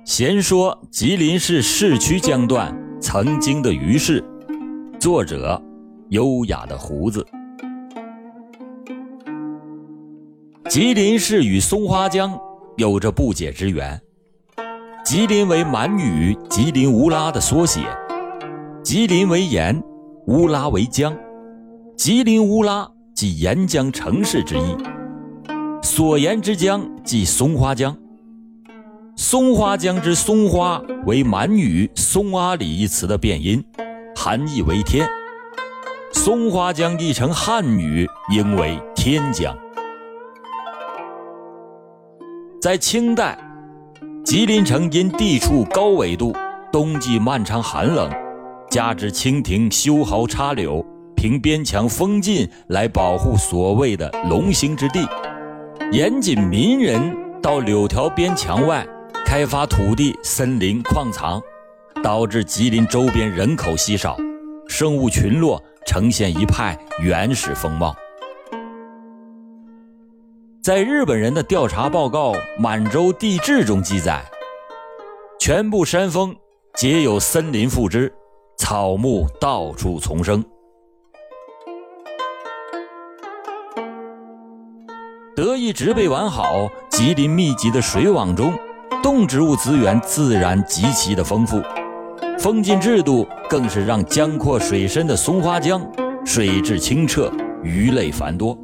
闲说吉林市市区江段曾经的鱼市，作者优雅的胡子。吉林市与松花江有着不解之缘。吉林为满语吉林乌拉的缩写，吉林为盐，乌拉为江，吉林乌拉即沿江城市之意，所沿之江即松花江。松花江之松花为满语松阿里一词的变音，含义为天。松花江译成汉语应为天江。在清代，吉林城因地处高纬度，冬季漫长寒冷，加之清廷修壕插柳，凭边墙封禁来保护所谓的龙兴之地，严禁民人到柳条边墙外开发土地、森林、矿藏，导致吉林周边人口稀少，生物群落呈现一派原始风貌。在日本人的调查报告《满洲地志》中记载，全部山峰皆有森林附之，草木到处丛生。得益植被完好，吉林密集的水网中动植物资源自然极其的丰富，封禁制度更是让江阔水深的松花江水质清澈，鱼类繁多。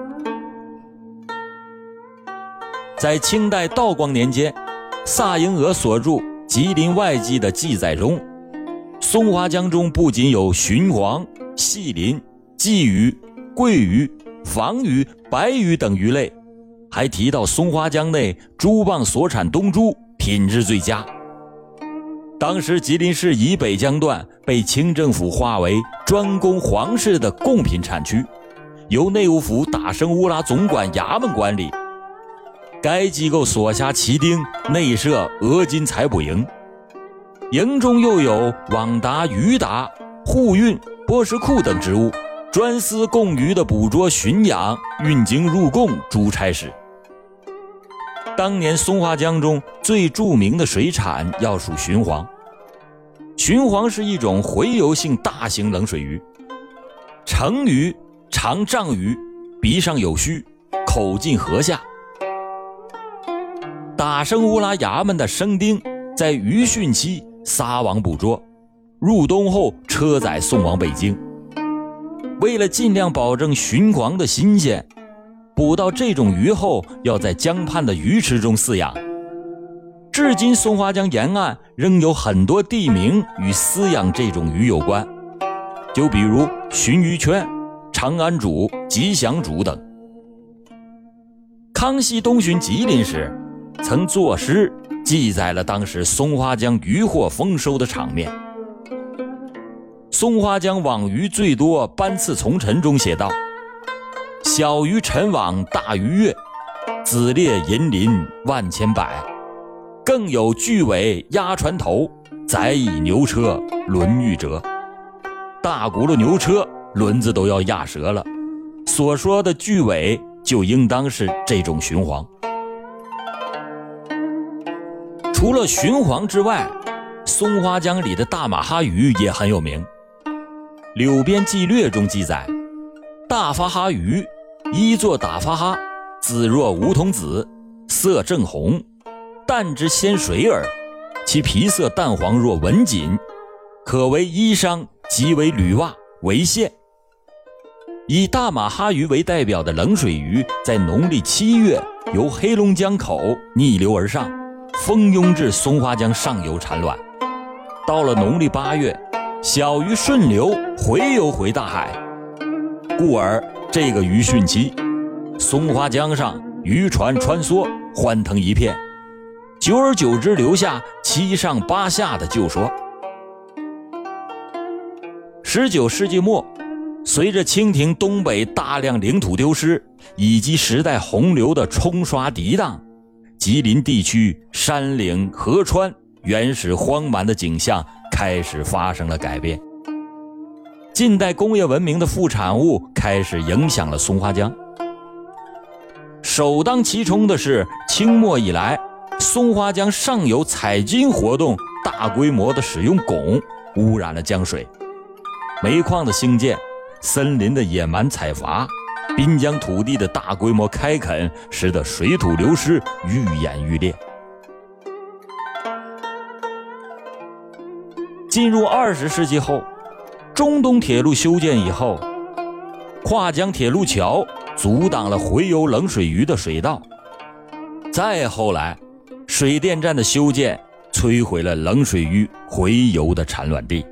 在清代道光年间，萨英娥所著《吉林外记》的记载中，松花江中不仅有鲟黄、细鳞、鲫鱼、桂鱼、房鱼、白鱼等鱼类，还提到松花江内珠蚌所产冬珠品质最佳。当时吉林市以北江段被清政府划为专供皇室的贡品产区，由内务府打生乌拉总管衙门管理。该机构所辖旗丁内设鹅金采捕营，营中又有网达、鱼达、护运、波什库等职务，专司贡鱼的捕捉、驯养、运经入贡诸差事。当年松花江中最著名的水产要数鲟黄。鲟黄是一种洄游性大型冷水鱼，成鱼，长丈余，鼻上有须，口进河下。打生乌拉衙门的生丁在鱼汛期撒网捕捉，入冬后车载送往北京。为了尽量保证鲟黄的新鲜，捕到这种鱼后要在江畔的鱼池中饲养。至今松花江沿岸仍有很多地名与饲养这种鱼有关，就比如鲟鱼圈、长安渚、吉祥渚等。康熙东巡吉林时，曾作诗记载了当时松花江渔获丰收的场面。松花江网鱼最多班次从陈中写道：小鱼沉网大鱼跃，子列银鳞万千百，更有巨尾压船头，载以牛车轮欲折。大轱辘牛车轮子都要压折了，所说的巨尾就应当是这种鲟黄。除了鲟黄之外，松花江里的大马哈鱼也很有名。柳边纪略中记载，大发哈鱼一作打发哈，子若梧桐子，色正红，淡之鲜水耳，其皮色淡黄若文锦，可为衣裳即为履袜为线。以大马哈鱼为代表的冷水鱼在农历7月由黑龙江口逆流而上，蜂拥至松花江上游产卵，到了农历8月，小鱼顺流回游回大海，故而这个鱼汛期，松花江上渔船穿梭，欢腾一片，久而久之留下7上8下的旧说。19世纪末，随着清廷东北大量领土丢失以及时代洪流的冲刷涤荡，吉林地区山岭河川原始荒蛮的景象开始发生了改变。近代工业文明的副产物开始影响了松花江。首当其冲的是清末以来松花江上游采金活动大规模的使用汞，污染了江水。煤矿的兴建，森林的野蛮采伐，滨江土地的大规模开垦，使得水土流失愈演愈烈。进入20世纪后，中东铁路修建以后，跨江铁路桥阻挡了回游冷水鱼的水道。再后来，水电站的修建摧毁了冷水鱼回游的产卵地。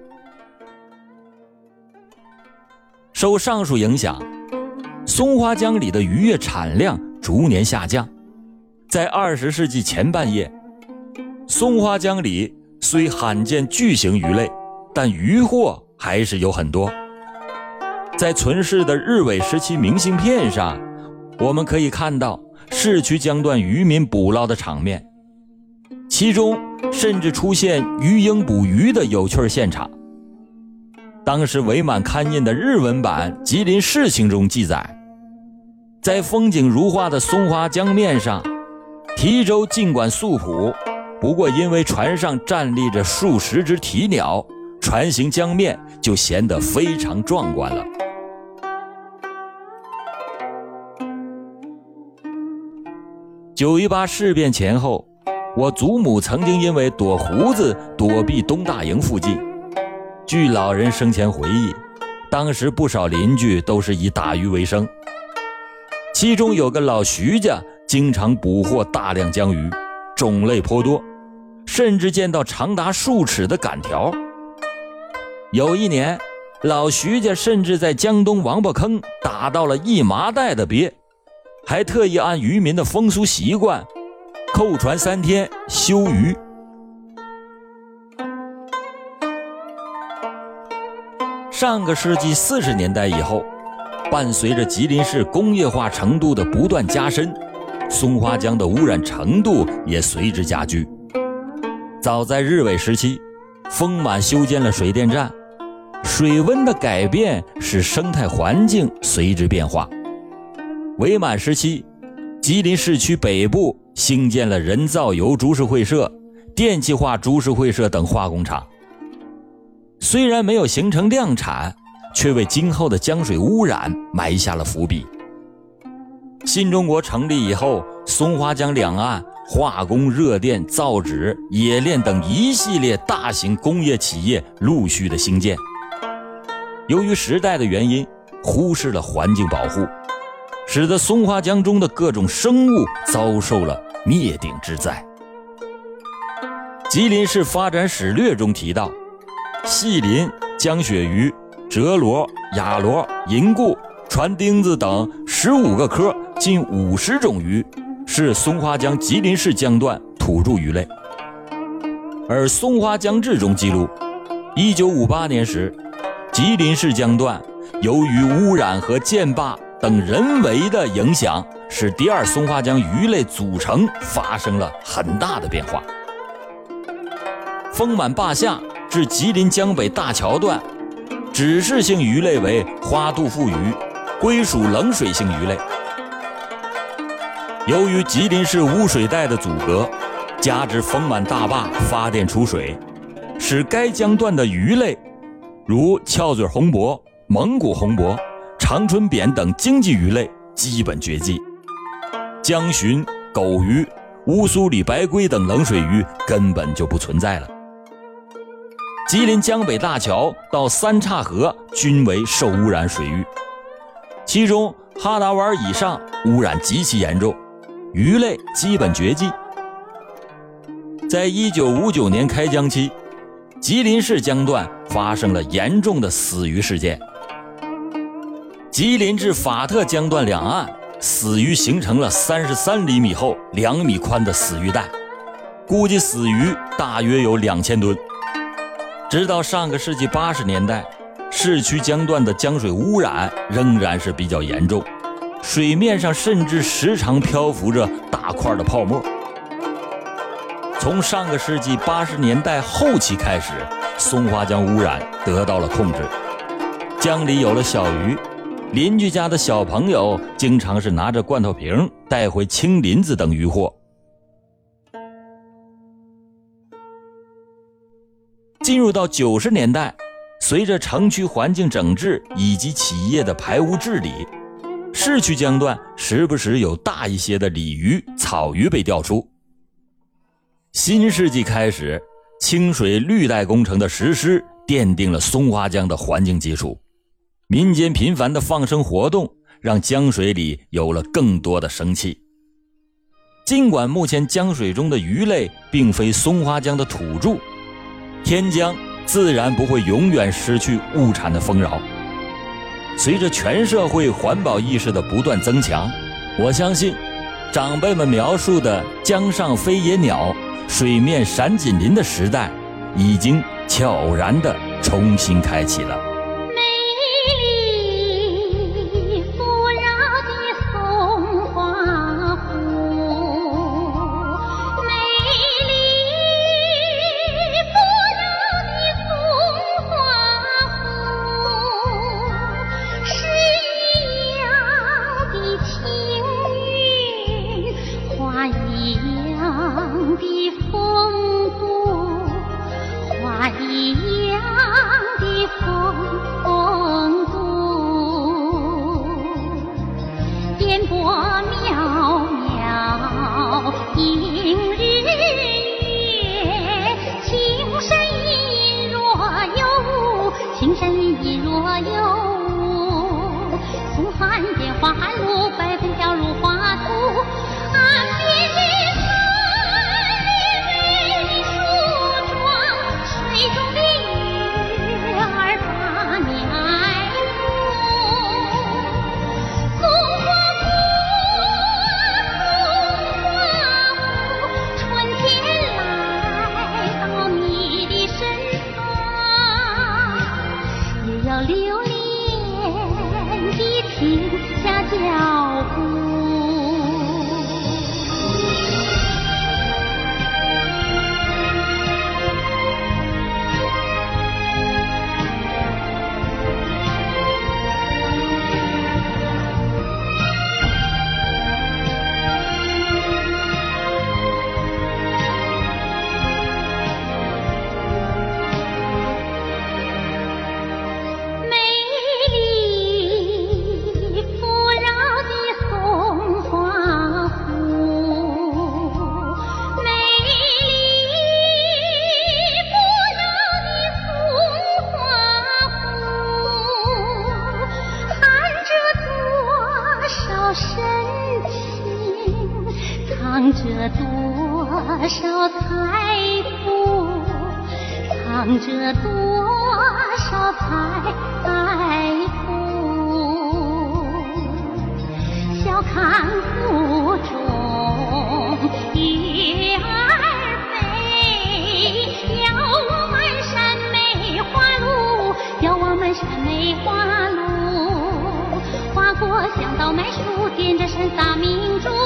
受上述影响，松花江里的渔业产量逐年下降。在20世纪前半叶，松花江里虽罕见巨型鱼类，但渔获还是有很多。在存世的日伪时期明信片上，我们可以看到市区江段渔民捕捞的场面，其中甚至出现鱼鹰捕鱼的有趣现场。当时伪满刊印的日文版《吉林事情》中记载，在风景如画的松花江面上，提舟尽管素朴，不过因为船上站立着数十只啼鸟，船行江面就显得非常壮观了。918事变前后，我祖母曾经因为躲胡子躲避东大营附近。据老人生前回忆，当时不少邻居都是以打鱼为生，其中有个老徐家经常捕获大量江鱼，种类颇多，甚至见到长达数尺的杆条。有一年，老徐家甚至在江东王八坑打到了1麻袋的鳖，还特意按渔民的风俗习惯，扣船3天休渔。上个世纪40年代以后，伴随着吉林市工业化程度的不断加深，松花江的污染程度也随之加剧。早在日伪时期，丰满修建了水电站，水温的改变使生态环境随之变化。伪满时期，吉林市区北部兴建了人造油株式会社、电气化株式会社等化工厂。虽然没有形成量产，却为今后的江水污染埋下了伏笔。新中国成立以后，松花江两岸化工、热电、造纸、冶炼等一系列大型工业企业陆续的兴建。由于时代的原因，忽视了环境保护，使得松花江中的各种生物遭受了灭顶之灾。吉林市发展史略中提到，细鳞、江鳕鱼、折螺、雅螺、银固、船钉子等15个科，近50种鱼，是松花江吉林市江段土著鱼类。而《松花江志》中记录，1958年时，吉林市江段由于污染和建坝等人为的影响，使第二松花江鱼类组成发生了很大的变化。丰满坝下至吉林江北大桥段，指示性鱼类为花肚腹鱼，归属冷水性鱼类。由于吉林市污水带的阻隔，加之丰满大坝发电出水，使该江段的鱼类如翘嘴红脖、蒙古红脖、长春扁等经济鱼类基本绝迹。江鲟、狗鱼、乌苏里白龟等冷水鱼根本就不存在了。吉林江北大桥到三岔河均为受污染水域，其中哈达湾以上污染极其严重，鱼类基本绝迹。在1959年开江期，吉林市江段发生了严重的死鱼事件。吉林至法特江段两岸死鱼形成了33厘米厚、2米宽的死鱼带，估计死鱼大约有2000吨。直到上个世纪80年代，市区江段的江水污染仍然是比较严重，水面上甚至时常漂浮着大块的泡沫。从上个世纪80年代后期开始，松花江污染得到了控制，江里有了小鱼，邻居家的小朋友经常是拿着罐头瓶带回青鳞子等鱼货。 进入到90年代，随着城区环境整治以及企业的排污治理，市区江段时不时有大一些的鲤鱼、草鱼被调出。新世纪开始，清水绿带工程的实施奠定了松花江的环境基础，民间频繁的放生活动让江水里有了更多的生气。尽管目前江水中的鱼类并非松花江的土著，天江自然不会永远失去物产的丰饶。随着全社会环保意识的不断增强，我相信长辈们描述的江上飞野鸟、水面闪锦鳞的时代已经悄然地重新开启了。 情深意若有，松汉间花路，百分飘入花土。岸边的彩美梳妆，水中的鱼儿把面爱慕。松花湖，春天来到你的身旁，也要留恋地停下脚步。藏着多少财富，藏着多少财富，笑看湖中鱼儿飞，遥望满山梅花鹿，遥望满山梅花鹿，花果香到麦树，点着山洒明珠。